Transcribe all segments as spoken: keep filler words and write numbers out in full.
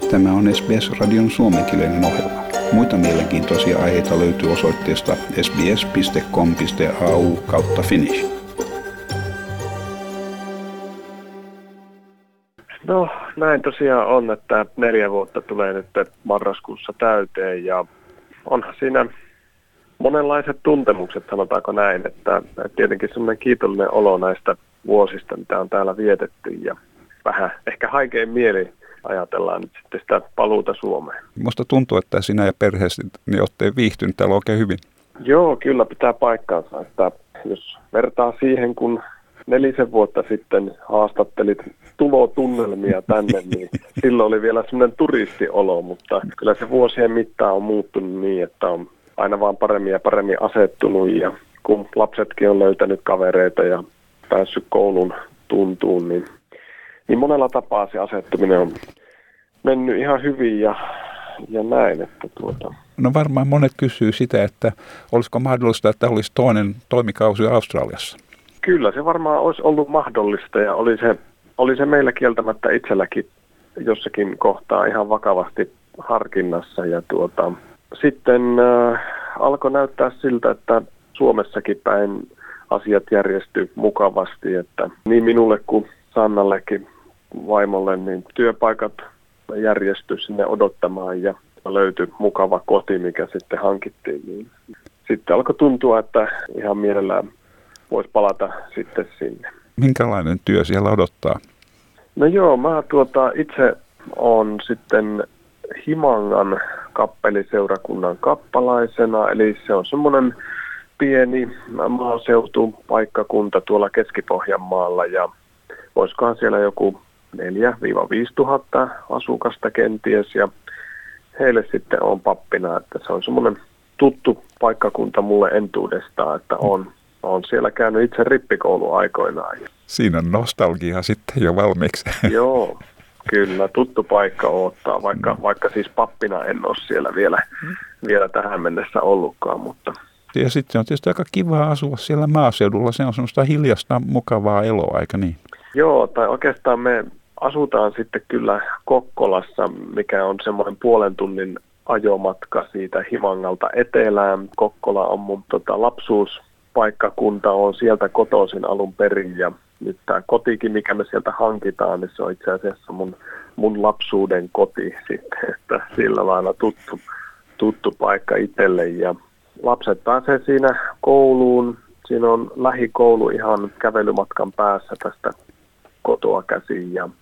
Tämä on S B S-radion suomenkielinen ohjelma. Muita mielenkiintoisia aiheita löytyy osoitteesta sbs piste com piste a u kautta finnish. No näin tosiaan on, että neljä vuotta tulee nyt marraskuussa täyteen ja onhan siinä monenlaiset tuntemukset, sanotaanko näin, että tietenkin semmoinen kiitollinen olo näistä vuosista, mitä on täällä vietetty ja vähän ehkä haikein mieli ajatellaan nyt sitten sitä paluuta Suomeen. Minusta tuntuu, että sinä ja perheesi niin olette viihtyneet täällä oikein hyvin. Joo, kyllä pitää paikkaansa, että jos vertaa siihen, kun nelisen vuotta sitten haastattelit tulotunnelmia tänne, niin silloin oli vielä semmoinen turistiolo, mutta kyllä se vuosien mittaan on muuttunut niin, että on aina vaan paremmin ja paremmin asettunut ja kun lapsetkin on löytänyt kavereita ja päässyt koulun tuntuun, niin, niin monella tapaa se asettuminen on mennyt ihan hyvin ja, ja näin. Että tuota. No varmaan monet kysyy sitä, että olisiko mahdollista, että olisi toinen toimikausi Australiassa? Kyllä se varmaan olisi ollut mahdollista ja oli se, oli se meillä kieltämättä itselläkin jossakin kohtaa ihan vakavasti harkinnassa. Ja tuota, sitten äh, alkoi näyttää siltä, että Suomessakin päin asiat järjestyi mukavasti, että niin minulle kuin Sannallekin vaimolle niin työpaikat järjestyi sinne odottamaan ja löytyi mukava koti, mikä sitten hankittiin. Niin sitten alkoi tuntua, että ihan mielellään voisi palata sitten sinne. Minkälainen työ siellä odottaa? No joo, mä tuota, itse olen sitten Himangan kappeliseurakunnan kappalaisena, eli se on semmoinen pieni maaseutupaikkakunta tuolla Keski-Pohjanmaalla ja olisikohan siellä joku neljä viisi tuhatta asukasta kenties ja heille sitten on pappina, että se on semmoinen tuttu paikkakunta mulle entuudestaan, että on, on siellä käynyt itse rippikouluaikoinaan. Siinä on nostalgia sitten jo valmiiksi. Joo, kyllä tuttu paikka odottaa, vaikka, vaikka siis pappina en ole siellä vielä, vielä tähän mennessä ollutkaan, mutta ja sitten on tietysti aika kiva asua siellä maaseudulla. Se on semmoista hiljasta, mukavaa eloa, aika niin? Joo, tai oikeastaan me asutaan sitten kyllä Kokkolassa, mikä on semmoinen puolen tunnin ajomatka siitä Himangalta etelään. Kokkola on mun tota, lapsuuspaikkakunta, on sieltä kotoisin alun perin ja nyt tämä kotikin, mikä me sieltä hankitaan, niin se on itse asiassa mun, mun lapsuuden koti sitten, että sillä lailla tuttu, tuttu paikka itselle ja lapset pääsee siinä kouluun. Siinä on lähikoulu ihan kävelymatkan päässä tästä kotoa käsin ja,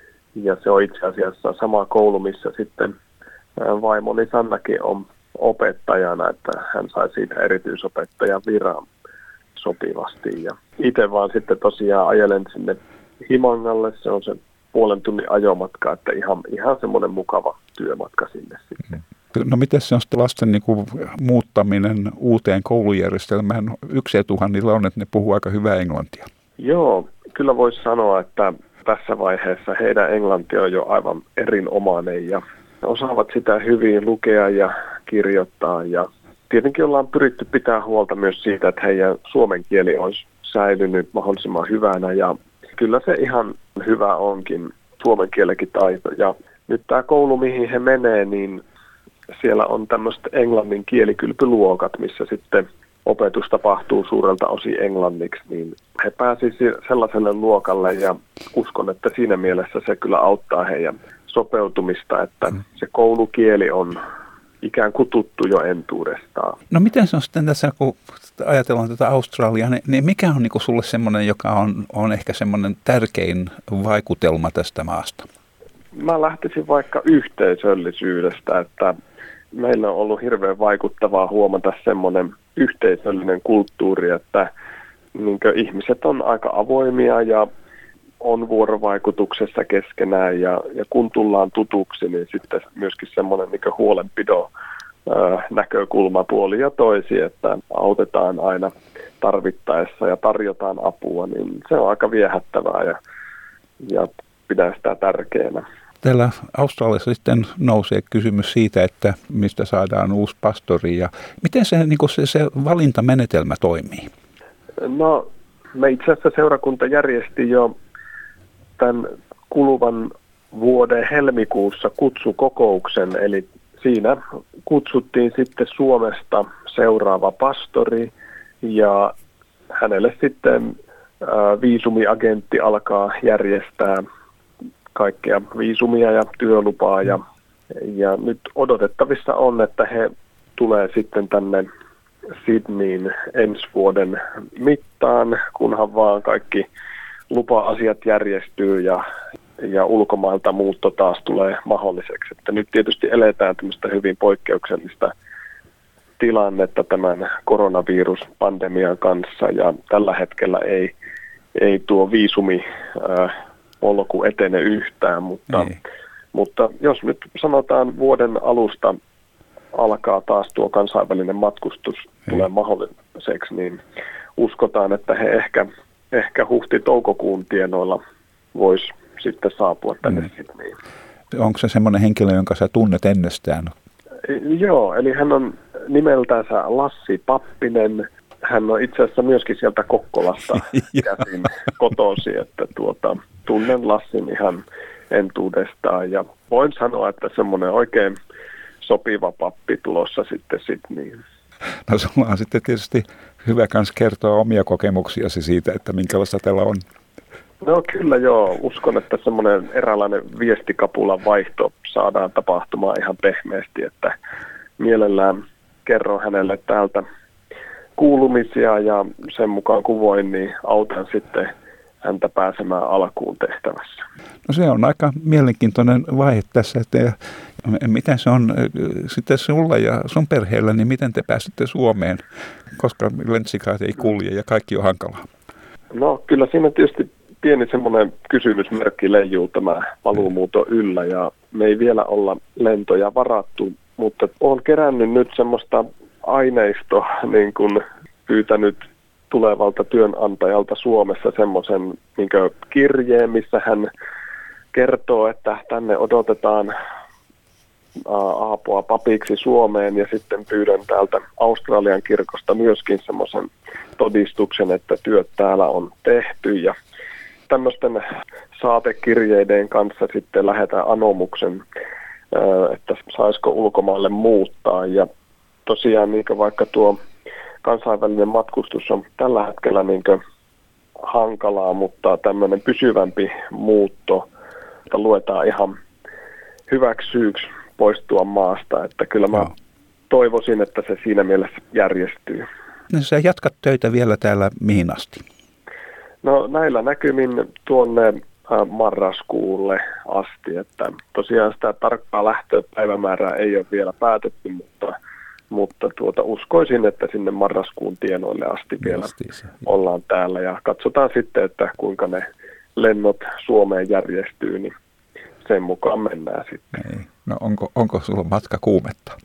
ja se on itse asiassa sama koulu, missä sitten vaimoni Sannakin on opettajana, että hän sai siitä erityisopettajan viran sopivasti. Ja itse vaan sitten tosiaan ajelen sinne Himangalle, se on se puolen tunnin ajomatka, että ihan, ihan semmoinen mukava työmatka sinne sitten. No miten se on sitten lasten niin kuin muuttaminen uuteen koulujärjestelmään? Yksi etuhan niillä on, että ne puhuu aika hyvää englantia. Joo, kyllä voisi sanoa, että tässä vaiheessa heidän englanti on jo aivan erinomainen ja osaavat sitä hyvin lukea ja kirjoittaa. Ja tietenkin ollaan pyritty pitää huolta myös siitä, että heidän suomen kieli olisi säilynyt mahdollisimman hyvänä ja kyllä se ihan hyvä onkin suomen kielekin taito. Ja nyt tämä koulu, mihin he menee, niin siellä on tämmöiset englannin kielikylpyluokat, missä sitten opetus tapahtuu suurelta osin englanniksi, niin he pääsisivät sellaiselle luokalle ja uskon, että siinä mielessä se kyllä auttaa heidän sopeutumista, että se koulukieli on ikään kuin tuttu jo entuudestaan. No miten se on sitten tässä, kun ajatellaan tätä Australiaa, niin mikä on niin kuin sulle semmoinen, joka on, on ehkä semmoinen tärkein vaikutelma tästä maasta? Mä lähtisin vaikka yhteisöllisyydestä, että meillä on ollut hirveän vaikuttavaa huomata semmoinen yhteisöllinen kulttuuri, että niin kuin ihmiset on aika avoimia ja on vuorovaikutuksessa keskenään ja, ja kun tullaan tutuksi, niin sitten myöskin semmoinen niin kuin huolenpidon ää, näkökulma puoli ja toisi, että autetaan aina tarvittaessa ja tarjotaan apua, niin se on aika viehättävää ja, ja pidän sitä tärkeänä. Täällä Australiassa sitten nousee kysymys siitä, että mistä saadaan uusi pastori ja miten se, niin se, se valintamenetelmä toimii? No me itse asiassa seurakunta järjesti jo tämän kuluvan vuoden helmikuussa kutsukokouksen, eli siinä kutsuttiin sitten Suomesta seuraava pastori ja hänelle sitten ää, viisumiagentti alkaa järjestää kaikkea viisumia ja työlupaa ja, ja nyt odotettavissa on, että he tulee sitten tänne Sydneyin ensi vuoden mittaan, kunhan vaan kaikki lupa-asiat järjestyy ja, ja ulkomailta muutto taas tulee mahdolliseksi. Että nyt tietysti eletään tämmöistä hyvin poikkeuksellista tilannetta tämän koronaviruspandemian kanssa ja tällä hetkellä ei, ei tuo viisumi äh, polku etene yhtään, mutta, mutta jos nyt sanotaan vuoden alusta alkaa taas tuo kansainvälinen matkustus tulee mahdolliseksi, niin uskotaan, että he ehkä, ehkä huhti-toukokuun tienoilla voisi sitten saapua tänne mm. Sydneyin. Onko se semmoinen henkilö, jonka sä tunnet ennestään? Joo, eli hän on nimeltänsä Lassi Pappinen. Hän on itse asiassa myöskin sieltä Kokkolasta käsin kotoisin, että tuota, tunnen Lassin ihan entuudestaan ja voin sanoa, että semmoinen oikein sopiva pappi tulossa sitten Sydneyin. No sulla on sitten tietysti hyvä kans kertoa omia kokemuksiasi siitä, että minkälaista teillä on. No kyllä joo, uskon, että semmoinen eräänlainen viestikapulan vaihto saadaan tapahtumaan ihan pehmeästi, että mielellään kerron hänelle täältä kuulumisia ja sen mukaan kun voin, niin autan sitten häntä pääsemään alkuun tehtävässä. No se on aika mielenkiintoinen vaihe tässä, että miten se on sitten sulla ja sun perheellä, niin miten te pääsitte Suomeen, koska lentsikaat ei kulje ja kaikki on hankalaa? No kyllä siinä tietysti pieni semmoinen kysymysmerkki leijuu tämä paluumuuton yllä ja me ei vielä olla lentoja varattu, mutta olen kerännyt nyt semmoista aineistoa, niin kuin pyytänyt tulevalta työnantajalta Suomessa semmoisen niin kuin kirjeen, missä hän kertoo, että tänne odotetaan aapua papiksi Suomeen ja sitten pyydän täältä Australian kirkosta myöskin semmoisen todistuksen, että työt täällä on tehty ja tämmöisten saatekirjeiden kanssa sitten lähetään anomuksen, että saisiko ulkomaille muuttaa ja tosiaan niin vaikka tuo kansainvälinen matkustus on tällä hetkellä niin hankalaa, mutta tämmöinen pysyvämpi muutto, että luetaan ihan hyväksi syyksi poistua maasta, että kyllä mä no. toivoisin, että se siinä mielessä järjestyy. No sä jatkat töitä vielä täällä mihin asti? No näillä näkymin tuonne marraskuulle asti, että tosiaan sitä tarkkaa lähtöpäivämäärää ei ole vielä päätetty, mutta, mutta tuota, uskoisin, että sinne marraskuun tienoille asti vielä Justiisa. ollaan täällä ja katsotaan sitten, että kuinka ne lennot Suomeen järjestyy, niin sen mukaan mennään sitten. Ei. No onko, onko sulla matka kuumetta?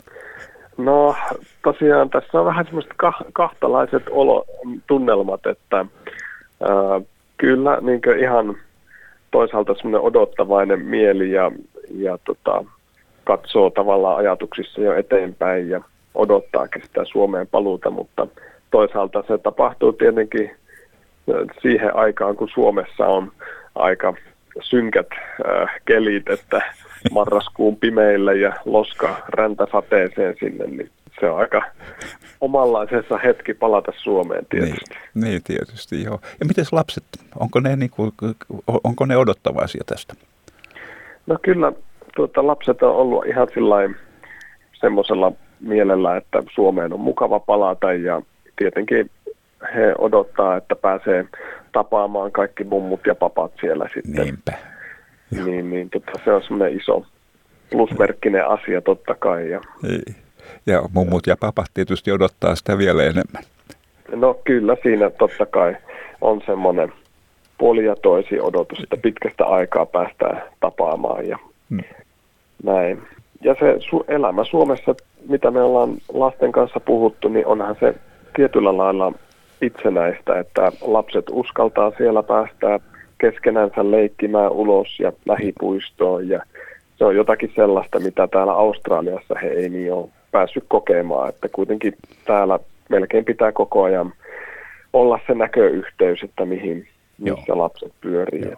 No tosiaan tässä on vähän semmoiset kah- kahtalaiset olo- tunnelmat, että ää, kyllä niin kuin ihan toisaalta semmoinen odottavainen mieli ja, ja tota, katsoo tavallaan ajatuksissa jo eteenpäin ja odottaakin sitä Suomeen paluuta, mutta toisaalta se tapahtuu tietenkin siihen aikaan, kun Suomessa on aika synkät äh, kelit, että marraskuun pimeille ja loska räntäsateeseen sinne, niin se on aika omanlaisessa hetki palata Suomeen tietysti. Niin, niin tietysti, joo. Ja mites lapset, onko ne, niinku, onko ne odottavaisia tästä? No kyllä, tuota, lapset on ollut ihan sillain semmoisella mielellä, että Suomeen on mukava palata ja tietenkin he odottaa, että pääsee tapaamaan kaikki mummut ja papat siellä sitten. Niinpä. Niin, niin tota, se on semmoinen iso plusmerkkinen asia totta kai. Ja, ja mummut ja papat tietysti odottaa sitä vielä enemmän. No kyllä siinä totta kai on semmoinen puoli ja toisi odotus, että pitkästä aikaa päästään tapaamaan ja hmm. näin. Ja se su- elämä Suomessa, mitä me ollaan lasten kanssa puhuttu, niin onhan se tietyllä lailla itsenäistä, että lapset uskaltaa siellä päästää keskenänsä leikkimään ulos ja lähipuistoon ja se on jotakin sellaista, mitä täällä Australiassa he ei niin ole päässyt kokemaan, että kuitenkin täällä melkein pitää koko ajan olla se näköyhteys, että mihin, missä Joo. lapset pyörii. Että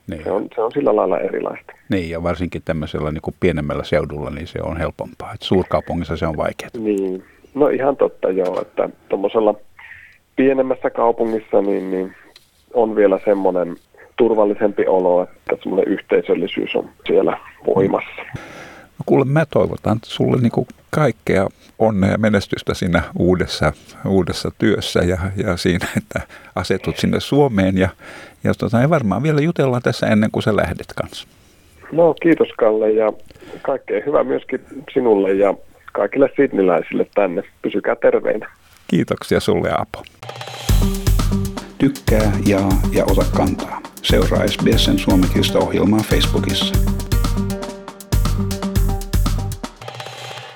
Niin. Se on, se on sillä lailla erilaista. Niin, ja varsinkin tämmöisellä niin kuin pienemmällä seudulla, niin se on helpompaa. Et suurkaupungissa se on vaikeaa. Niin, no ihan totta joo, että tuommoisella pienemmässä kaupungissa niin, niin on vielä semmoinen turvallisempi olo, että semmoinen yhteisöllisyys on siellä voimassa. No kuule, mä toivotan sulle niin kuin kaikkea onnea ja menestystä siinä uudessa, uudessa työssä ja, ja siinä, että asetut sinne Suomeen ja, ja, tota, ja varmaan vielä jutellaan tässä ennen kuin sä lähdet kanssa. No kiitos Kalle ja kaikkea hyvää myöskin sinulle ja kaikille sydneyläisille tänne. Pysykää terveinä. Kiitoksia sulle, Apo. Tykkää, jaa ja ota kantaa. Seuraa S B S:n suomenkielistä ohjelmaa Facebookissa.